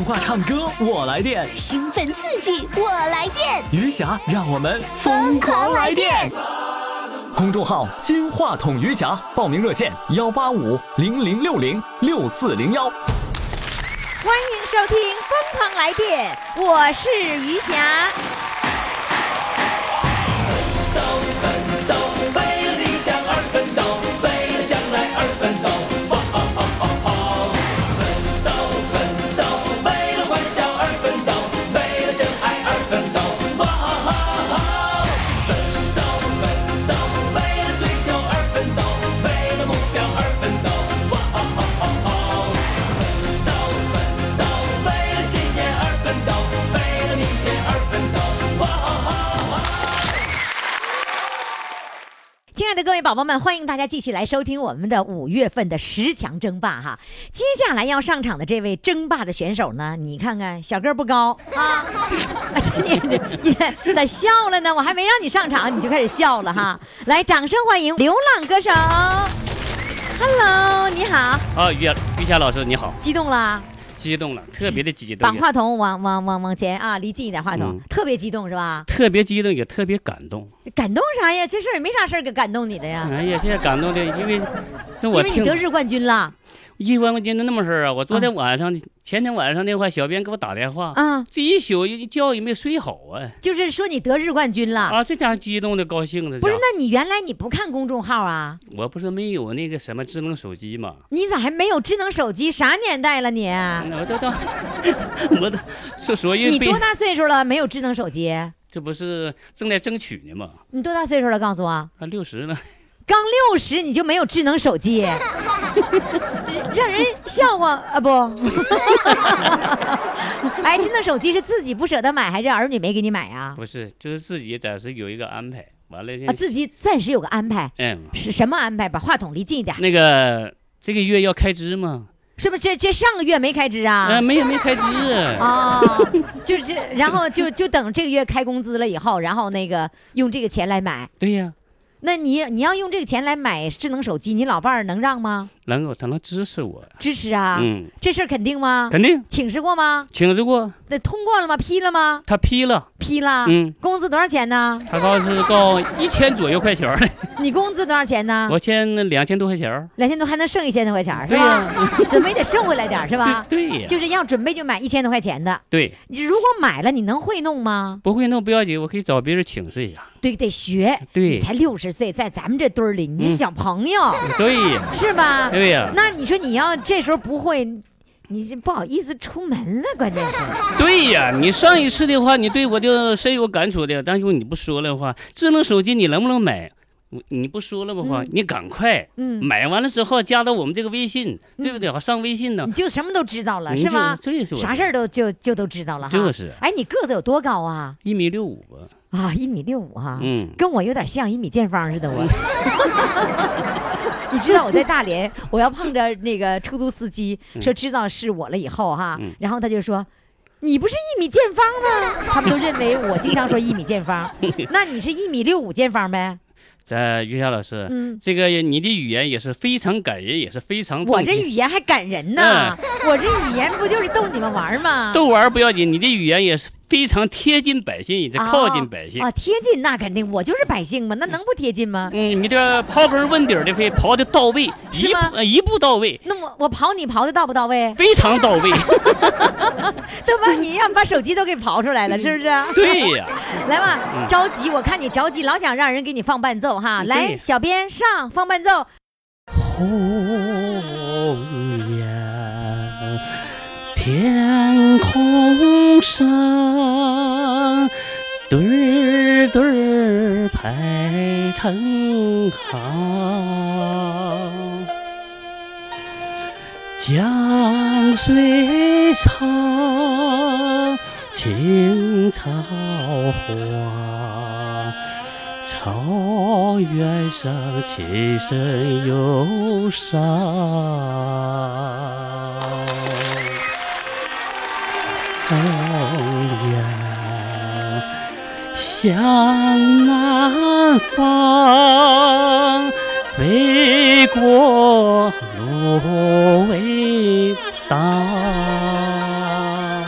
话唱歌我来电， 兴奋刺激我来电， 余霞让我们疯狂来电。公众号金话筒余霞，报名热线18500606401。 欢迎收听《疯狂来电》，我是余霞。 奋斗，为了理想而奋斗，为了将来而奋斗，哇哦哦哦哦！奋斗，为了欢笑而奋斗，为了真爱而奋斗，哇哦哦哦！奋斗，为了追求而奋斗，为了目标而奋斗，哇哦哦哦哦！奋斗，为了信念而奋斗，为了明天而奋斗，哇哦哦哦！ 亲爱的各位宝宝们，欢迎大家继续来收听我们的5月份的10强争霸哈。接下来要上场的这位争霸的选手呢，你看看小个不高啊，你咋笑了呢？我还没让你上场你就开始笑了哈。来，掌声欢迎流浪歌手。Hello， 你好。 余霞老师你好。 激动了？激动了，特别的激动。 把话筒往前啊，离近一点话筒，特别激动是吧？ 特别激动也特别感动。 感动啥呀？这事儿也没啥事儿感动你的呀。 哎呀，这感动的，因为你得日冠军了。 1冠军的那么事儿啊！我昨天晚上、前天晚上那会，小编给我打电话这一宿觉也没睡好啊。 就是说你得日冠军了啊！这家激动的高兴的。 不是，那你原来你不看公众号啊？ 我不是没有那个什么智能手机吗？ 你咋还没有智能手机？啥年代了你？ 我都所以你多大岁数了？没有智能手机？ 这不是正在争取呢吗？ 你多大岁数了？告诉我。 60了。 刚60你就没有智能手机，让人笑话啊不？哎，智能手机是自己不舍得买，还是儿女没给你买啊？ 不是，就是自己暂时有一个安排，完了自己暂时有个安排。是什么安排？把话筒离近一点。 那个这个月要开支吗？ 是不是这上个月没开支啊？ 没开支啊。就是然后就等这个月开工资了以后，然后那个用这个钱来买。 对呀。 那你要用这个钱来买智能手机，你老伴儿能让吗？ 能够，他能支持我。 支持啊。这事儿肯定吗？ 肯定。 请示过吗？ 请示过。 那通过了吗？批了吗？ 他批了。工资多少钱呢？他告是够1000左右块钱。 你工资多少钱呢？ 我欠2000多块钱。 2000多还能剩1000多块钱是吧？准备得剩回来点是吧？ 对呀。 就是要准备就买1000多块钱的。 对。 你如果买了，你能会弄吗？ 不会弄不要紧，我可以找别人请示一下。 对，得学。 对。 你才60岁，在咱们这堆里，你是小朋友。 对呀。 是吧？ 对呀。 那你说你要这时候不会，你是不好意思出门了，关键是。 对呀，你上一次的话，你对我就深有感触的。但是你不说了的话，智能手机你能不能买？你不说了的话，你赶快，买完了之后加到我们这个微信，对不对？上微信呢， 你就什么都知道了，是吗？啥事儿都知道了哈。 就是。 哎，你个子有多高啊 ？1.65米吧。 啊，1.65米哈。跟我有点像1米见方似的我。你知道我在大连，我要碰着那个出租司机，说知道是我了以后哈，然后他就说，你不是1米见方吗？他们都认为我经常说1米见方，那你是1.65米见方呗？ 余霞老师，这个你的语言也是非常感人，也是非常我这语言还感人呢，我这语言不就是逗你们玩吗？ 逗玩不要紧，你的语言也是非常贴近百姓，也靠近百姓啊。贴近那肯定，我就是百姓嘛，那能不贴近吗？ 你这刨根问底的非刨的到位， 是吗？ 一步到位。 那我刨你刨的到不到位？ 非常到位。 都把你把手机都给刨出来了，是不是？ 对呀。 来吧，着急，我看你着急，老想让人给你放伴奏哈。来，小编上放伴奏。 红颜天空上，对对排成行，江水长，青草黄，草原上琴声忧伤。红颜向南方，飞过芦苇荡。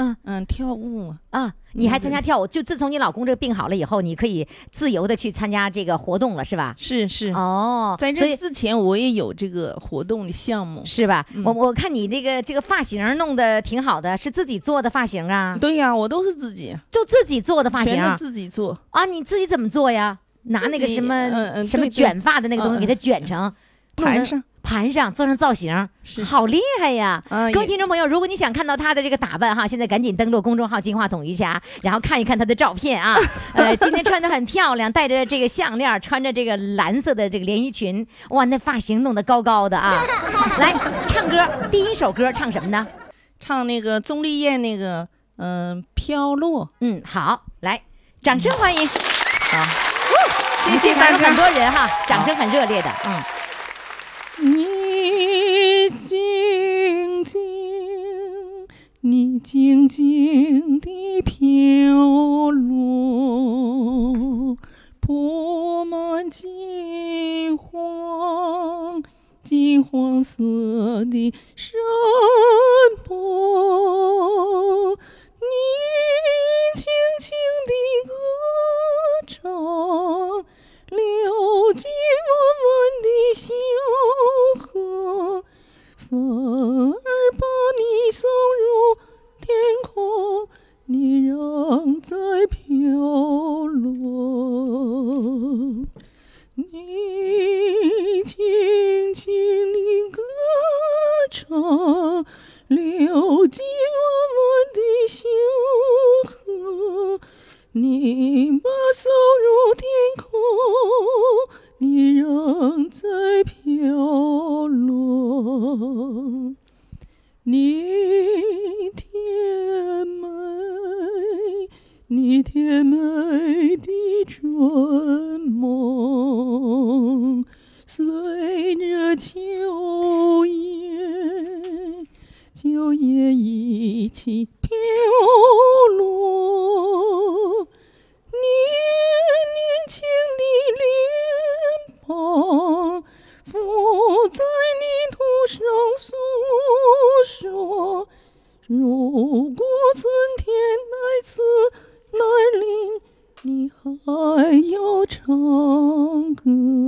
跳舞嘛。 啊，你还参加跳舞？就自从你老公这个病好了以后，你可以自由的去参加这个活动了，是吧？ 是。 哦， 在这之前我也有这个活动的项目， 是吧？我看你这个发型弄得挺好的，是自己做的发型啊？ 对呀，我都是自己做的发型， 全都自己做啊！你自己怎么做呀？拿那个什么什么卷发的那个东西给它卷成盘上做成造型，好厉害呀！各位听众朋友，如果你想看到他的这个打扮哈，现在赶紧登录公众号金话筒余霞，然后看一看他的照片啊。今天穿得很漂亮，戴着这个项链，穿着这个蓝色的这个连衣裙，哇，那发型弄得高高的啊！来唱歌，第一首歌唱什么呢？ 唱那个钟丽艳那个飘落。 好，来，掌声欢迎。 好，谢谢大家。 很多人哈，掌声很热烈的。 你静静地飘落，铺满金黄色的山坡，你轻轻地歌唱，流进我们的小河，风儿把你送入天空，你仍在飘落。你轻轻地歌唱，流进我们的小河，你把送入天空，你仍在飘落。你甜美的春梦，随着秋叶一起飘落，年轻的脸庞浮在泥土上诉说，如果春天再次来临，你还要唱歌。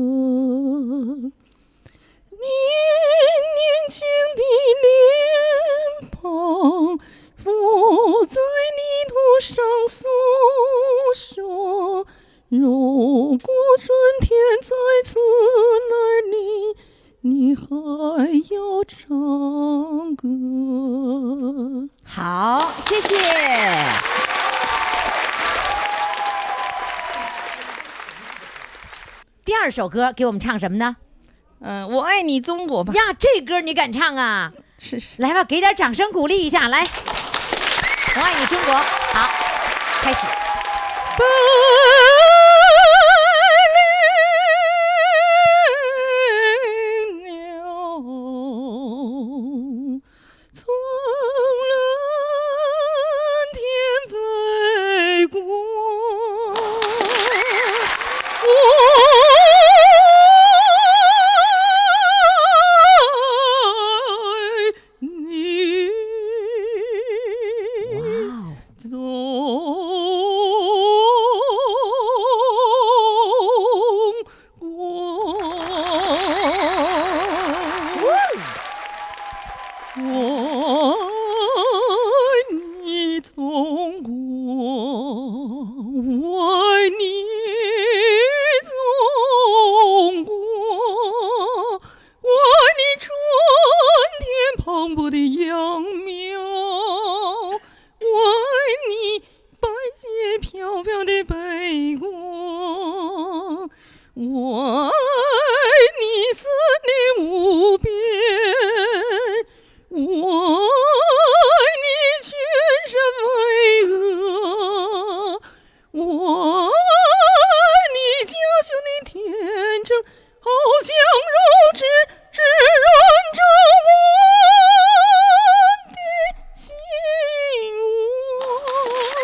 年轻的脸庞浮在泥土上诉说，如果春天再次来临，你还要唱歌。 好，谢谢。第二首歌给我们唱什么呢？ 我爱你中国吧。 呀，这歌你敢唱啊？ 是。 来吧，给点掌声鼓励一下，来。我爱你中国。好，开始。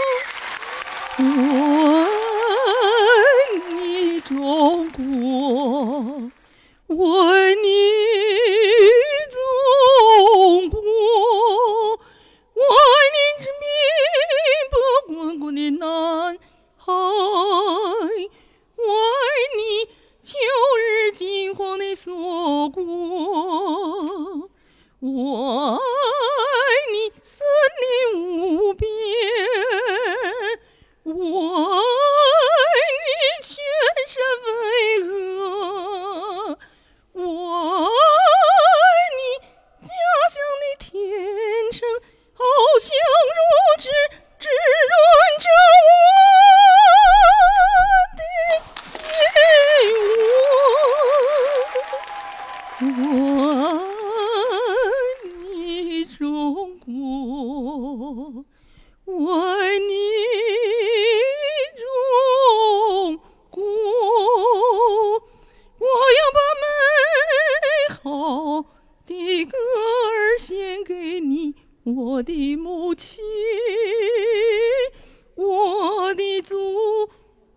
我爱你中国。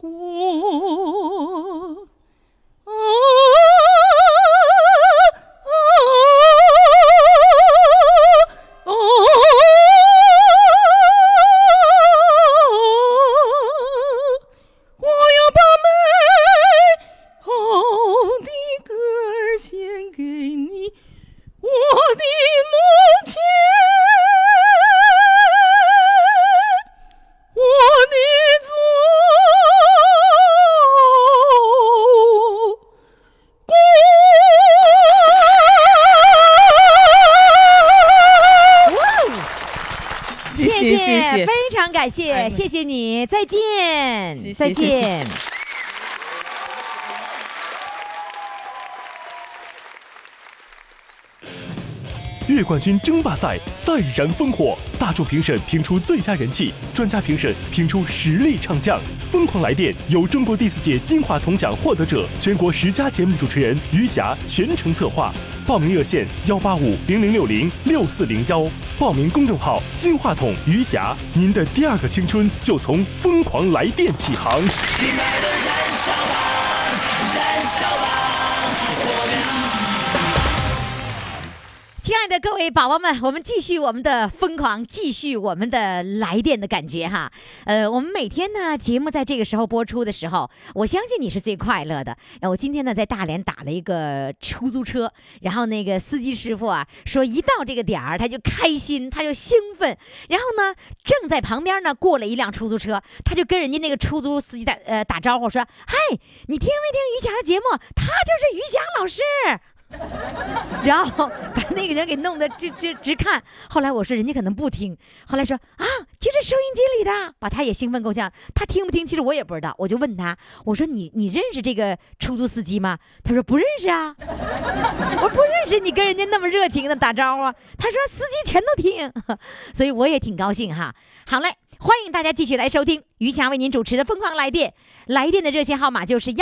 过。 感谢，谢谢你，再见，再见。 月冠军争霸赛再燃烽火，大众评审评出最佳人气，专家评审评出实力唱将。疯狂来电由中国第4届金话筒奖获得者、全国10佳节目主持人余霞全程策划。报名热线18500606401，报名公众号金话筒余霞，您的第2个青春就从疯狂来电起航。 亲爱的，燃烧吧，燃烧吧，火苗。 亲爱的各位宝宝们，我们继续我们的疯狂，继续我们的来电的感觉哈。我们每天呢节目在这个时候播出的时候，我相信你是最快乐的。我今天呢在大连打了一个出租车，然后那个司机师傅啊说一到这个点儿他就开心，他就兴奋，然后呢正在旁边呢过了一辆出租车，他就跟人家那个出租司机打招呼说：“嗨，你听没听余霞的节目？他就是余霞老师。”然后把那个人给弄得直看。后来我说人家可能不听，后来说啊，就是收音机里的，把他也兴奋够呛。他听不听其实我也不知道，我就问他，我说你认识这个出租司机吗？他说不认识啊。我说不认识，你跟人家那么热情的打招呼。他说司机全都听，所以我也挺高兴哈。好嘞，欢迎大家继续来收听余霞为您主持的疯狂来电，来电的热线号码就是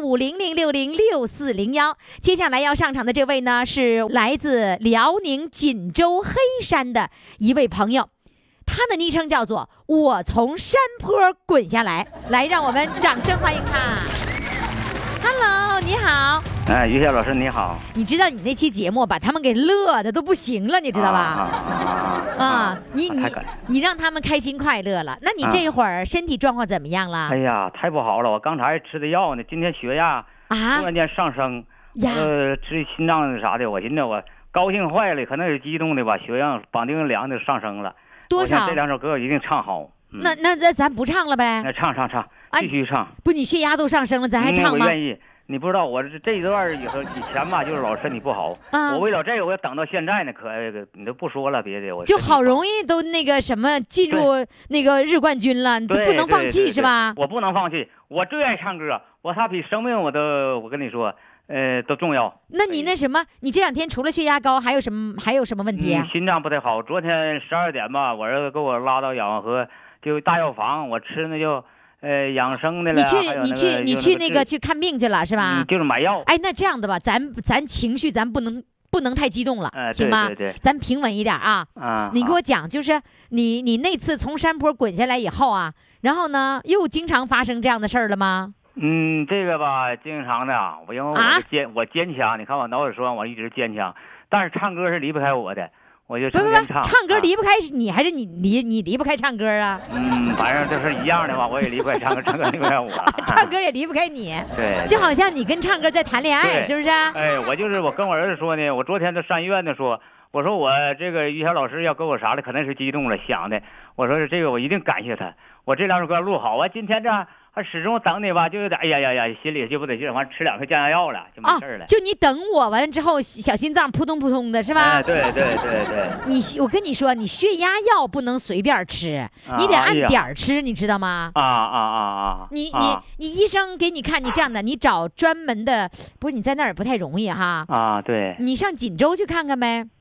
18500606401。接下来要上场的这位呢，是来自辽宁锦州黑山的一位朋友，他的昵称叫做我从山坡滚下来。来，让我们掌声欢迎他。Hello， 你好。 哎，余霞老师你好。 你知道你那期节目把他们给乐的都不行了，你知道吧？你让他们开心快乐了。那你这一会儿身体状况怎么样了？ 哎呀，太不好了！我刚才吃的药呢，今天血压突然间上升，吃心脏啥的，我寻思我高兴坏了，可能是激动的吧，血压绑定量的上升了。 多少？ 这2首歌一定唱好。 那咱不唱了呗？ 那唱，继续唱。 不，你血压都上升了，咱还唱吗？ 我愿意。你不知道我这一段以前吧，就是老身体不好，我为了这个，我要等到现在呢，可你都不说了，别的我就好容易都那个什么进入那个日冠军了，你不能放弃是吧？ 我不能放弃，我最爱唱歌，他比生命我跟你说，都重要。 那你那什么，你这2天除了血压高，还有什么问题啊？ 心脏不太好，昨天12点吧，我儿子给我拉到养和就大药房，我吃那就。养生的了， 你去那个去看病去了是吧？ 就是买药。 哎，那这样的吧，咱情绪不能太激动了，行吗？ 对， 咱平稳一点啊。你给我讲，就是你那次从山坡滚下来以后啊，然后呢，又经常发生这样的事儿了吗？ 这个吧，经常的，因为我坚强，你看我脑子说我一直坚强，但是唱歌是离不开我的。我就成天唱， 唱歌离不开你，还是你离不开唱歌啊？ 反正就是一样的吧，我也离不开唱歌，唱歌离不开我， 唱歌也离不开你。 对， 就好像你跟唱歌在谈恋爱，是不是？ 哎，我跟我儿子说呢，我昨天都上医院的说，我说我这个于霞老师要给我啥的，可能是激动了想的，我说这个我一定感谢他，我这2首歌录好，我今天这还始终等你吧，就有点哎呀，心里就不得劲，完吃2颗降压药了，就没事了。 就你等我完了之后，小心脏扑通扑通的是吧？ 对。 我跟你说，你血压药不能随便吃，你得按点吃，你知道吗？你医生给你看，你这样的，你找专门的，不是你在那儿不太容易哈。 对。 你上锦州去看看呗。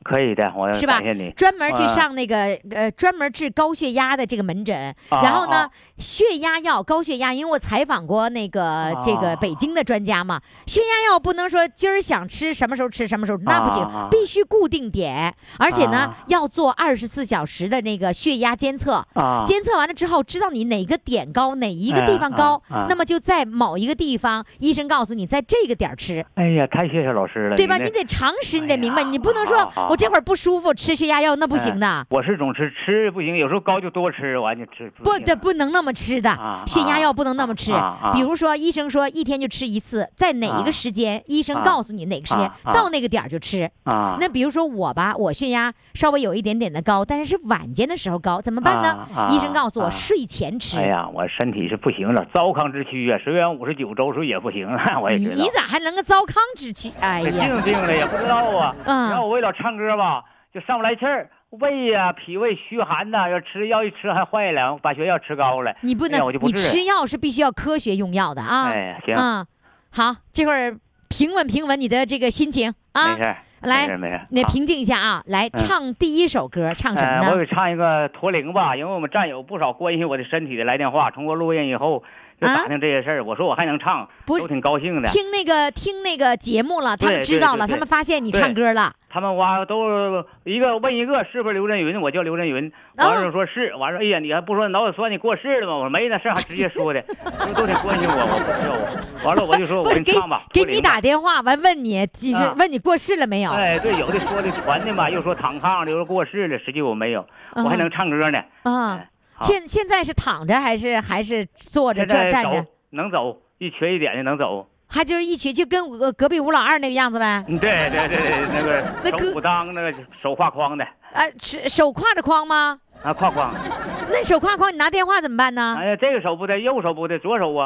可以的，我是吧感谢你。 专门去上那个专门治高血压的这个门诊，然后呢，血压药、高血压，因为我采访过那个这个北京的专家嘛，血压药不能说今儿想吃什么时候吃什么时候，那不行，必须固定点，而且呢要做24小时的那个血压监测，监测完了之后知道你哪个点高，哪一个地方高，那么就在某一个地方，医生告诉你在这个点吃。 哎呀，太谢谢老师了， 对吧？你得常识，你得明白，你不能说我这会儿不舒服吃血压药，那不行的。 我是总吃不行，有时候高就多吃，完就吃。 不能那么吃的，血压药不能那么吃。比如说医生说一天就吃一次，在哪一个时间，医生告诉你哪个时间到那个点就吃。那比如说我吧，我血压稍微有一点点的高，但是晚间的时候高，怎么办呢？医生告诉我睡前吃。 哎呀，我身体是不行了，糟糠之躯啊，随缘59周岁也不行了，我也知道。 你咋还能个糟糠之躯？哎呀， 病了也不知道啊。然后我为了唱歌吧，就上不来气儿，胃呀、脾胃虚寒呐，要吃药一吃还坏了，把血药吃高了。 你不能，你吃药是必须要科学用药的啊。 哎，行。 好，这会儿平稳你的这个心情啊。 没事。 来， 没事， 那平静一下啊！来唱第一首歌，唱什么呢？ 我给唱一个驼铃吧，因为我们站有不少关心我的身体的来电话，通过录音以后就打听这些事儿。我说我还能唱，都挺高兴的。 听那个节目了，他们知道了，他们发现你唱歌了。 他们都一个问一个是不是刘震云，我叫刘震云，完了说是，完了哎呀你还不说脑子酸你过世了吗？我说没那事还直接说的，都挺关心我不知道我。完了我就说我给你唱吧， 给你打电话完问你，就是问你过世了没有？ 哎对，有的说的传的嘛，又说躺炕了，又说过世了，实际我没有，我还能唱歌呢。 现在是躺着还是坐着站着？ 能走，一瘸一点的能走。 还就是一瘸，就跟隔壁吴老二那个样子呗。 对，那个手武当那个手挎筐的。 手挎着筐吗？ 挎筐。 那手挎筐你拿电话怎么办呢？ 哎呀，这个手不对，右手不对，左手啊。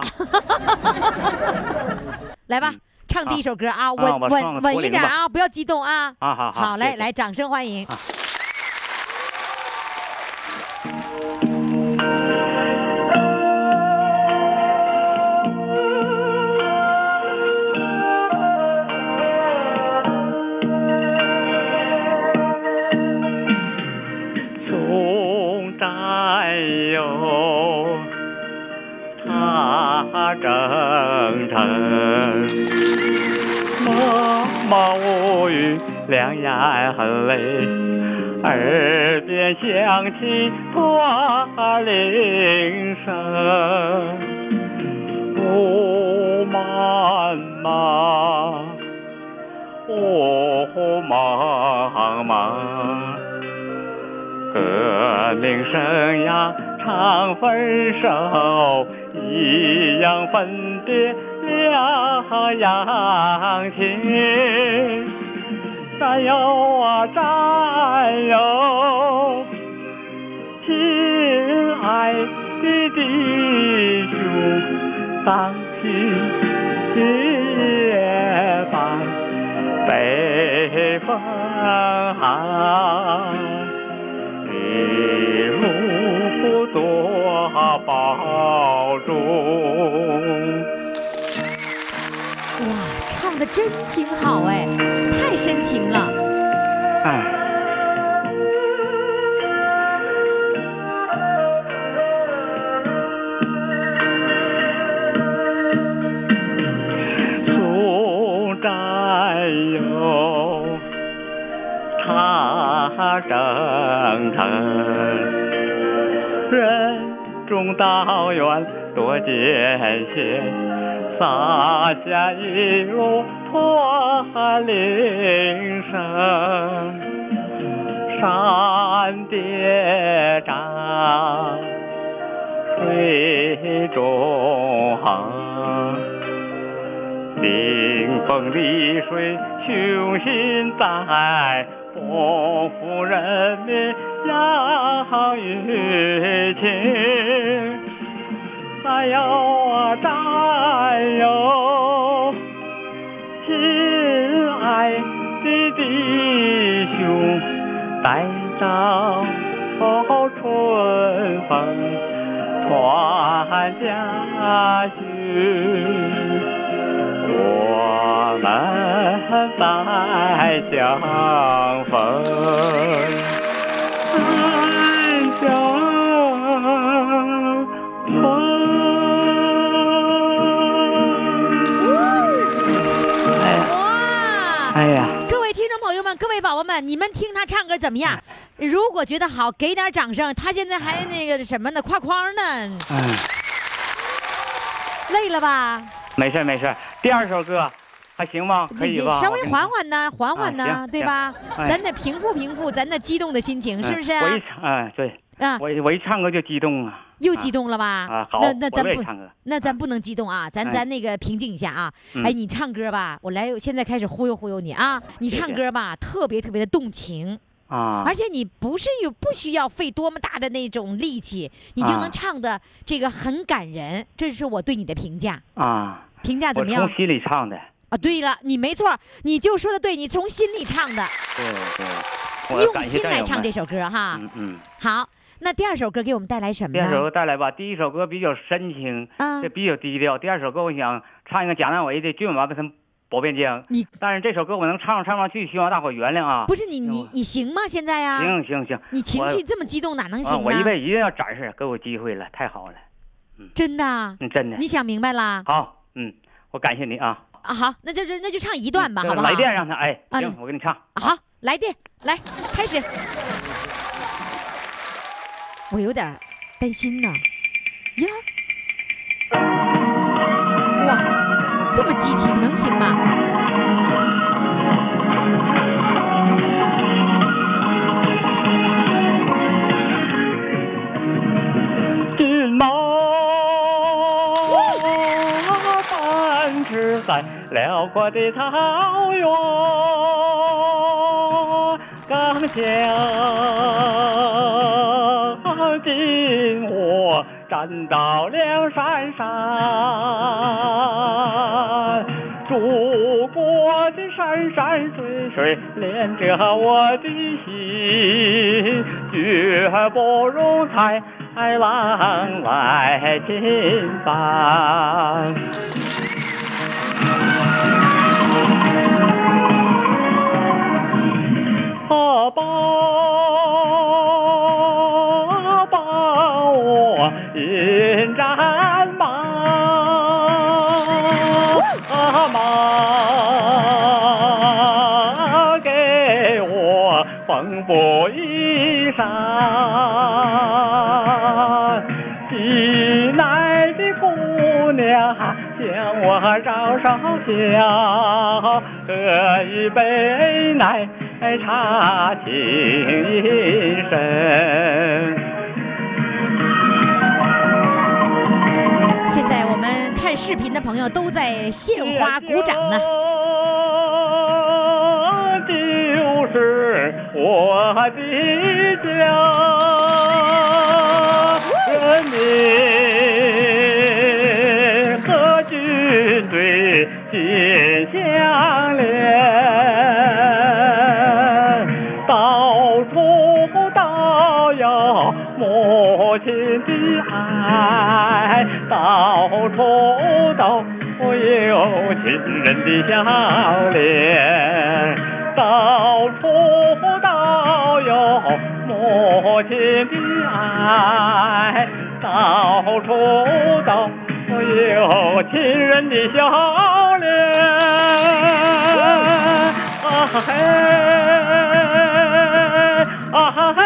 来吧，唱第一首歌啊，稳一点啊，不要激动啊。好，来，掌声欢迎。 征程，茫茫无语，两眼很泪，耳边响起驼铃声。路漫漫，雾茫茫，革命生涯常分手。一样分别两样情，战友啊战友，亲爱的弟兄，当今夜半北风寒，一路多保重。 哇，唱的真挺好哎，太深情了。 送战友，踏征程，任重道远多艰险，洒下一路驼铃声。山叠嶂，水中航，冰封丽水雄心在，丰富人民洋于情。战友啊战友，亲爱的弟兄，带着春风传家训，我们在相逢，再相逢。哎呀！ 各位听众朋友们，各位宝宝们，你们听他唱歌怎么样？如果觉得好，给点掌声。他现在还那个什么呢，挎筐呢。累了吧？ 没事没事。第二首歌还行吗？可以吧？ 稍微缓缓呢，缓缓呢，对吧？咱得平复平复咱那激动的心情，是不是？ 我一唱，对啊，我一唱歌就激动啊。 又激动了吧？ 啊，好， 那咱不能激动啊，咱那个平静一下啊。哎，你唱歌吧，我现在开始忽悠忽悠你啊。你唱歌吧，特别特别的动情啊，而且你不需要费多么大的那种力气，你就能唱的这个很感人。这是我对你的评价啊。评价怎么样？ 我从心里唱的啊。对了，你没错，你就说的对，你从心里唱的。 对， 用心来唱这首歌哈。好。那第二首歌给我们带来什么呢？ 第二首歌带来吧，第一首歌比较深情，这比较低调。第二首歌我想唱一个蒋大为的《骏马奔腾保边疆》，但是这首歌我能唱上去，希望大伙原谅啊。 不是你行吗？现在呀？ 行， 你情绪这么激动，哪能行呢？ 我一辈子一定要展示，给我机会了，太好了。 真的？ 真的。 你想明白了？ 好，我感谢你啊。 啊，好，那就唱一段吧，好不好？ 来电让他行，我给你唱。 好，来电，来开始。我有点担心呢，呀，哇，这么激情能行吗？ 骏马奔驰在辽阔的草原，刚强。今我站到梁山上，祖国的山山水水连着我的心，绝不容豺狼来侵犯。引战马，马给我缝补衣裳，喜来的姑娘向我招手笑，喝一杯奶茶情意深。 现在我们看视频的朋友都在献花鼓掌呢。 就是我的家，人民和军队心相连，到处都有母亲的爱，到处都有亲人的笑脸，到处都有母亲的爱，到处都有亲人的笑脸。啊嘿，啊嘿。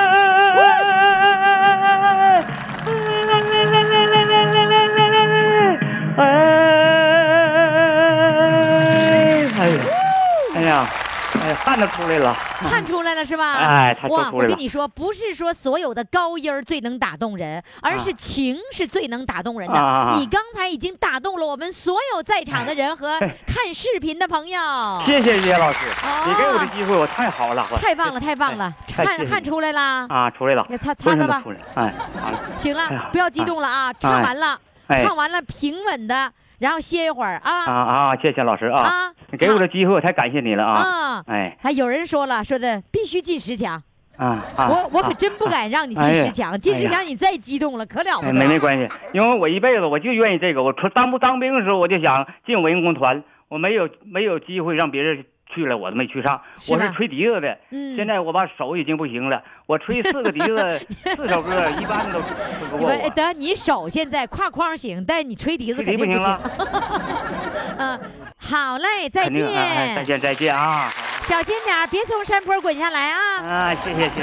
汗都出来了， 汗出来了是吧？ 哎， 哇！我跟你说，不是说所有的高音最能打动人，而是情是最能打动人的。你刚才已经打动了我们所有在场的人和看视频的朋友。 谢谢叶老师，你给我的机会我太好了， 太棒了，太棒了！汗出来了啊，出来了， 擦擦吧。 哎，好了， 行了，不要激动了啊！唱完了，唱完了，平稳的。然后歇一会儿啊！ 谢谢老师啊！你给我的机会，我太感谢你了啊！哎， 还有人说了，说的必须进10强我可真不敢让你进10强，进10强你再激动了，可了不得。 没关系，因为我一辈子我就愿意这个。我当兵的时候，我就想进文工团，我没有机会让别人去了，我都没去上。 是我是吹笛子的，现在我把手已经不行了，我吹4个笛子4首歌，一般都不够我。 等你手现在挎筐行，但你吹笛子肯定不行了。好嘞，再见， 再见啊！ 小心点，别从山坡滚下来啊！ 啊，谢谢。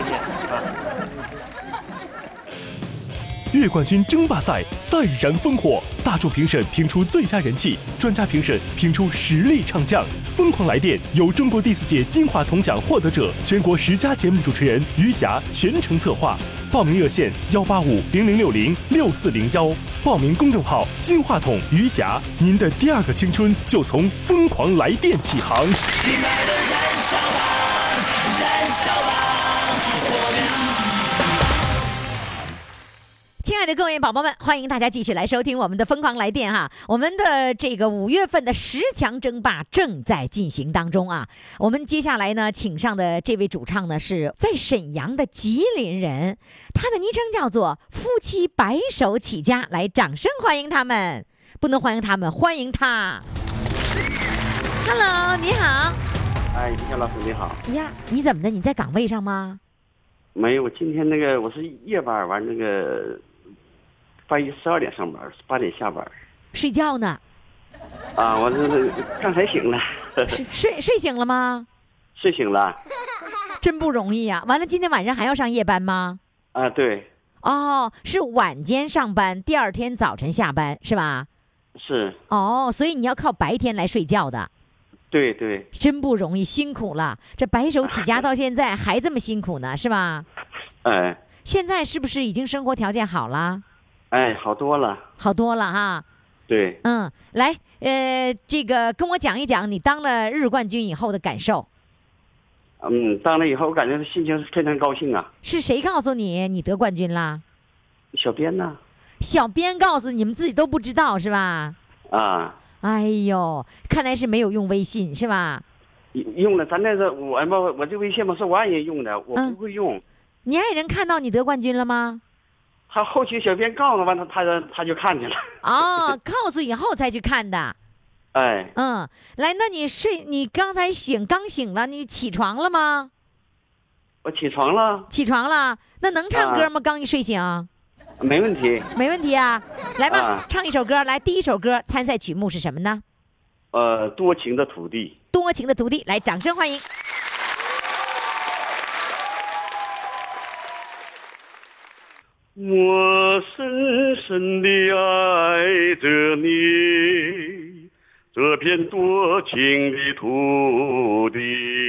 月冠军争霸赛再燃烽火，大众评审评出最佳人气，专家评审评出实力唱将。疯狂来电由中国第4届金话筒奖获得者、全国10佳节目主持人余霞全程策划。报名热线18500606401，报名公众号金话筒余霞，您的第2个青春就从疯狂来电起航。 亲爱的，燃烧吧，燃烧吧，火亮！ 亲爱的各位宝宝们，欢迎大家继续来收听我们的疯狂来电哈。我们的这个5月份的10强争霸正在进行当中啊。我们接下来呢，请上的这位主唱呢是在沈阳的吉林人，他的昵称叫做夫妻白手起家，来，掌声欢迎他们！不能欢迎他们，欢迎他。Hello， 你好。 哎，于霞老师你好。 呀，你怎么的？你在岗位上吗？ 没有，我今天我是夜班，完半夜12点上班，8点下班。 睡觉呢？ 啊，我这刚才醒了。 睡醒了吗？ 睡醒了。 真不容易呀！完了，今天晚上还要上夜班吗？ 啊，对。 哦，是晚间上班，第2天早晨下班是吧？ 是。 哦，所以你要靠白天来睡觉的。 对对。 真不容易，辛苦了。这白手起家到现在还这么辛苦呢，是吧？ 哎。 现在是不是已经生活条件好了？ 哎，好多了。 好多了哈。 对。 来，这个跟我讲一讲你当了日冠军以后的感受。 当了以后，我感觉心情是非常高兴啊。 是谁告诉你得冠军啦？ 小编呢？ 小编告诉你们自己都不知道是吧？ 啊。 哎呦，看来是没有用微信是吧？ 用了，咱我这微信嘛是我爱人用的，我不会用。 你爱人看到你得冠军了吗？ 他后期小编告诉完他就看见了。 哦，告诉以后才去看的。 哎。 来，那你刚才刚醒了，你起床了吗？ 我起床了。 起床了，那能唱歌吗？刚一睡醒。 没问题。 没问题啊，来吧，唱一首歌。来，第1首歌参赛曲目是什么呢？ 多情的土地。 多情的土地，来，掌声欢迎。 我深深地爱着你，这片多情的土地，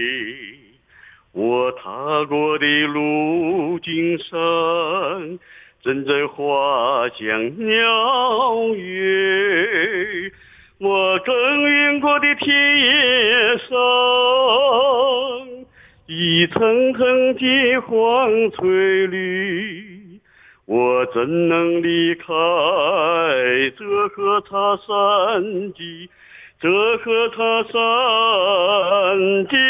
我踏过的路径上，阵阵花香鸟语，我耕耘过的田野上，一层层金黄翠绿，我怎能离开这河叉山脊，这河叉山脊？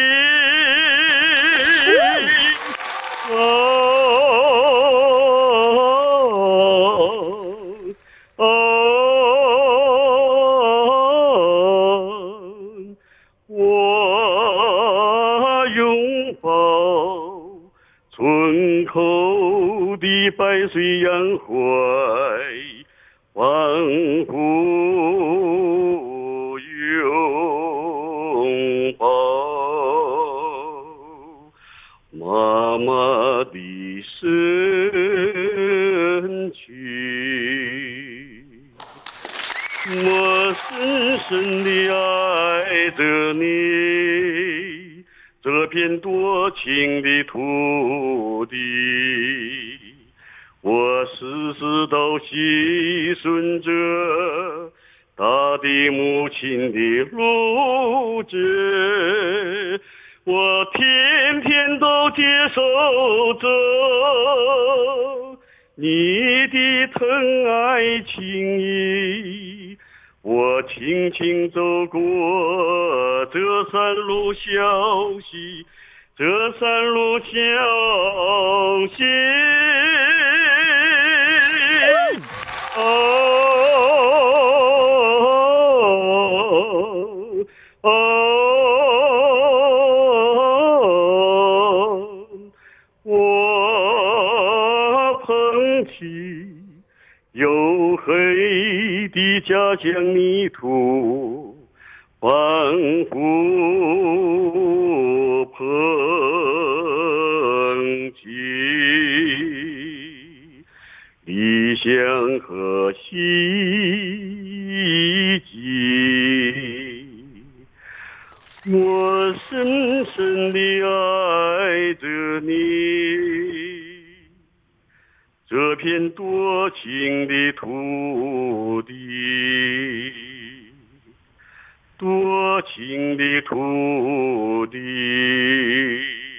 我拥抱村口的白水洋槐，仿佛拥抱妈妈的身躯。我深深地爱着你，这片多情的土地，我时时都细顺着大地母亲的路子，我天天都接受着你的疼爱情谊，我轻轻走过这山路小溪，这山路小溪。 的家乡泥土，仿佛澎湃，理想和希冀。我深深地爱着你，这片多情的土地，多情的土地，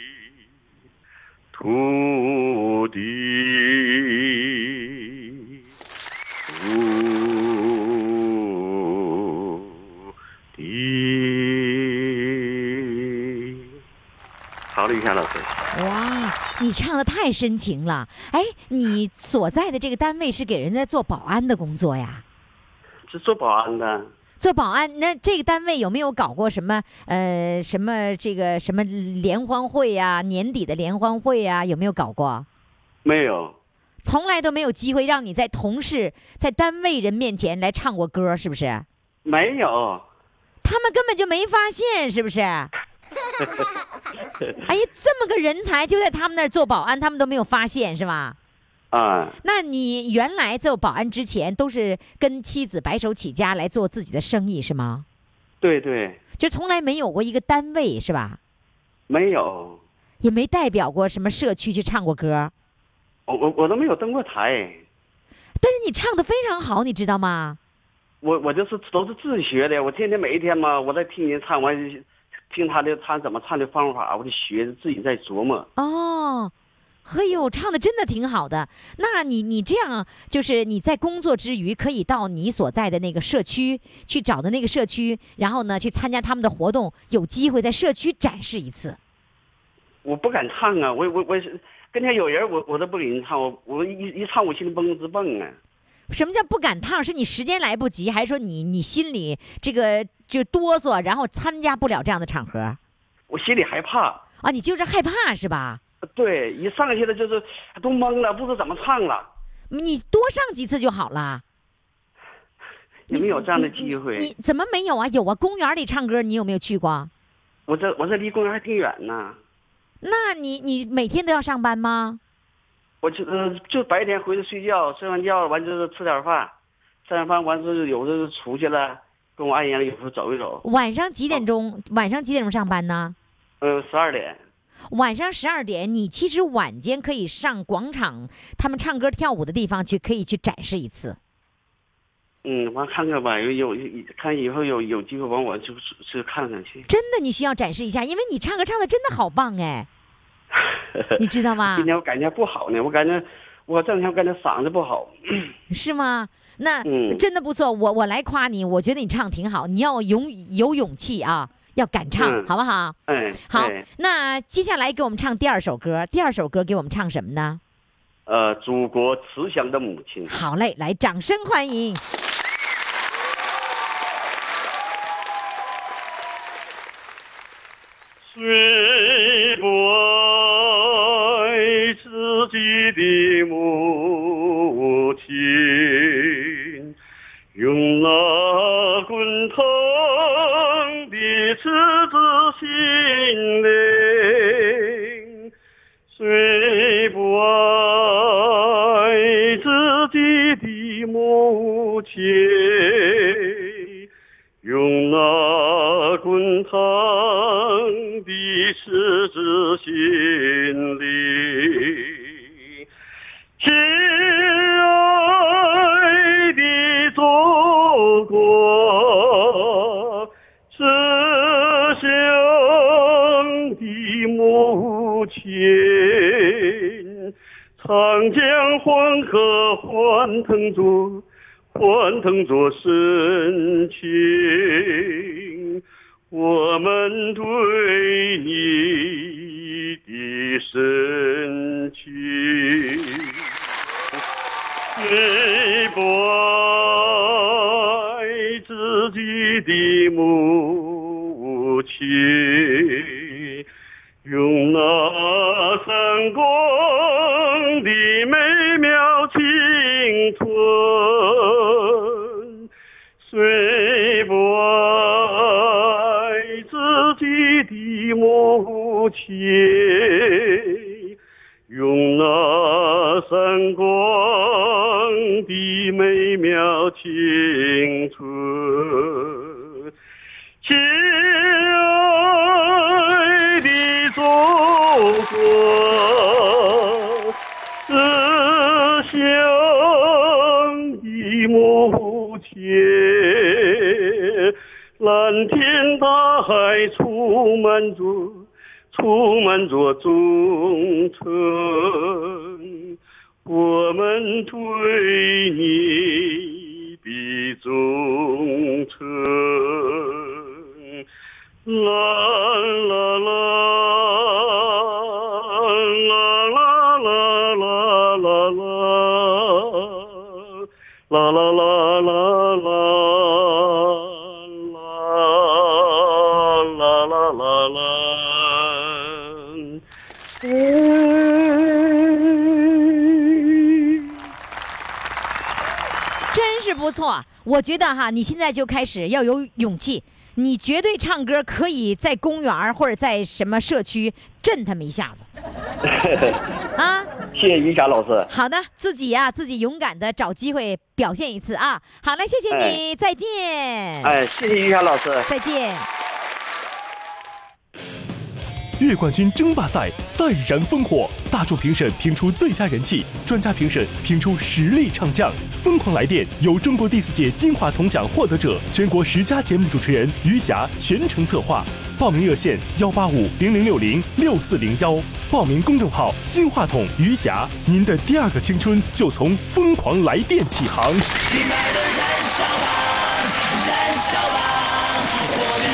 土地，土地。好了，于霞老师。 哇，你唱的太深情了！哎，你所在的这个单位是给人家做保安的工作呀？ 是做保安的。 做保安，那这个单位有没有搞过什么什么这个什么联欢会呀、年底的联欢会呀？有没有搞过？ 没有， 从来都没有机会让你在同事、在单位人面前来唱过歌，是不是？ 没有。 他们根本就没发现，是不是？哎呀，这么个人才就在他们那儿做保安，他们都没有发现，是吧？ 啊， 那你原来做保安之前都是跟妻子白手起家来做自己的生意，是吗？ 对对， 就从来没有过一个单位，是吧？ 没有， 也没代表过什么社区去唱过歌。 我都没有登过台。 但是你唱得非常好，你知道吗？ 我就是都是自学的，我天天每一天嘛，我在听人唱，我听他怎么唱的方法，我就学，自己在琢磨。 哦，嘿呦，唱的真的挺好的。那你这样，就是你在工作之余，可以到你所在的那个社区去找的那个社区，然后呢去参加他们的活动，有机会在社区展示一次。 我不敢唱啊，我跟前有人，我都不给人唱，我一唱我心里蹦直蹦啊。 什么叫不敢唱？是你时间来不及，还是说你心里这个就哆嗦，然后参加不了这样的场合？ 我心里害怕啊，你就是害怕是吧？ 对，一上去了就是都懵了，不知道怎么唱了。 你多上几次就好了。 有没有这样的机会？ 你怎么没有啊？有啊，公园里唱歌，你有没有去过？ 我这离公园还挺远呢。 那你每天都要上班吗？ 我就白天回去睡觉，睡完觉完就是吃点饭，吃完饭完之有的出去了，跟我爱人有时候走一走。 晚上几点钟？晚上几点钟上班呢 ？12点。 晚上12点，你其实晚间可以上广场，他们唱歌跳舞的地方去，可以去展示一次。 完看看吧，看以后有机会完我就看看去。 真的，你需要展示一下，因为你唱歌唱的真的好棒哎。你知道吗？ 今天我感觉不好呢，我感觉我这两天感觉嗓子不好。 是吗？那真的不错，我来夸你，我觉得你唱挺好，你要有勇气啊，要敢唱，好不好？好，那接下来给我们唱第二首歌，第二首歌给我们唱什么呢？ 祖国慈祥的母亲。 好嘞，来，掌声欢迎。 谁不爱自己的母亲，用那滚烫的赤子心灵？谁不爱自己的母亲，用那滚烫的赤子心灵？亲爱的祖国，慈祥的母亲，长江黄河欢腾着深情，我们对你的深情。谁不爱自己的母亲，用那闪光的美妙青春， 切，用那闪光的美妙青春，亲爱的祖国，思乡的母亲，蓝天大海充满着忠诚，我们对你的忠诚，啦啦啦啦啦啦啦啦啦啦啦啦啦啦。 真是不错，我觉得哈，你现在就开始要有勇气，你绝对唱歌可以在公园或者在什么社区震他们一下子。啊， 谢谢于霞老师。 好的，自己勇敢的找机会表现一次啊。好了，谢谢你，再见。 谢谢于霞老师， 再见。 月冠军争霸赛再燃烽火，大众评审评出最佳人气，专家评审评出实力唱将。疯狂来电由中国第4届金话筒奖获得者、全国10佳节目主持人于霞全程策划。报名热线18500606401，报名公众号金话筒于霞，您的第2个青春就从疯狂来电起航。 亲爱的，燃烧吧，燃烧吧，火亮。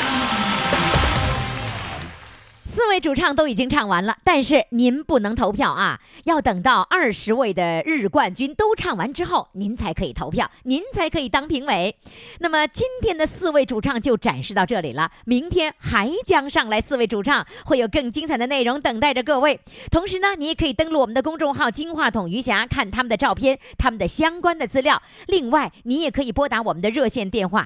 4位主唱都已经唱完了，但是您不能投票啊，要等到20位的日冠军都唱完之后，您才可以投票，您才可以当评委。那么今天的4位主唱就展示到这里了，明天还将上来4位主唱，会有更精彩的内容等待着各位。同时呢，你也可以登录我们的公众号金话筒余霞，看他们的照片，他们的相关的资料。另外你也可以拨打我们的热线电话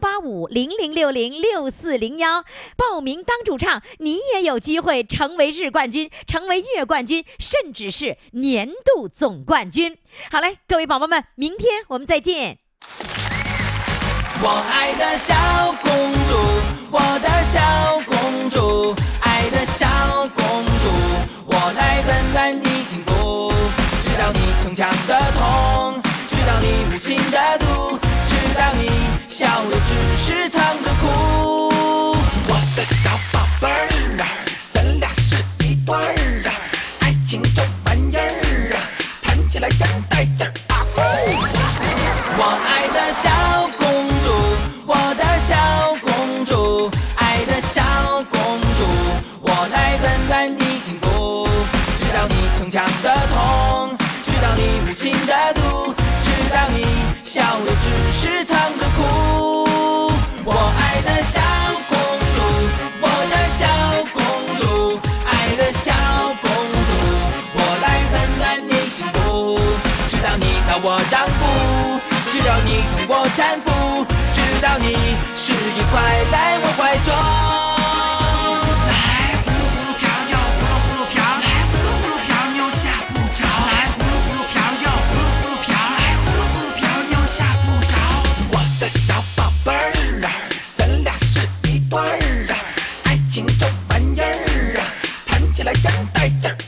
18500606401，报名当主唱，你也有机会成为日冠军，成为月冠军，甚至是年度总冠军。好嘞，各位宝宝们，明天我们再见。 我爱的小公主，我的小公主，爱的小公主，我来温暖你幸福，知道你逞强的痛，知道你无情的毒，知道你笑的只是藏着哭。我的小宝贝儿啊，咱俩是一对儿啊，爱情这玩意儿啊，谈起来真带劲儿啊！我爱的小公主，我的小公主，爱的小公主，我来温暖你幸福，知道你逞强的痛，知道你无情的毒，知道你笑的只是藏着哭。我爱的小公主，我的小公主，爱的小公主，我来温暖你幸福，知道你让我让步，知道你同我搀扶，知道你是一块来我怀中。来呼噜呼噜飘，又呼噜呼噜飘，来呼噜呼噜飘，又吓不着。来呼噜呼噜飘，又呼噜呼噜飘，来呼噜呼噜飘，又吓不着。我的小宝贝儿啊，咱俩是一对儿啊，爱情这玩意儿啊，谈起来真带劲儿。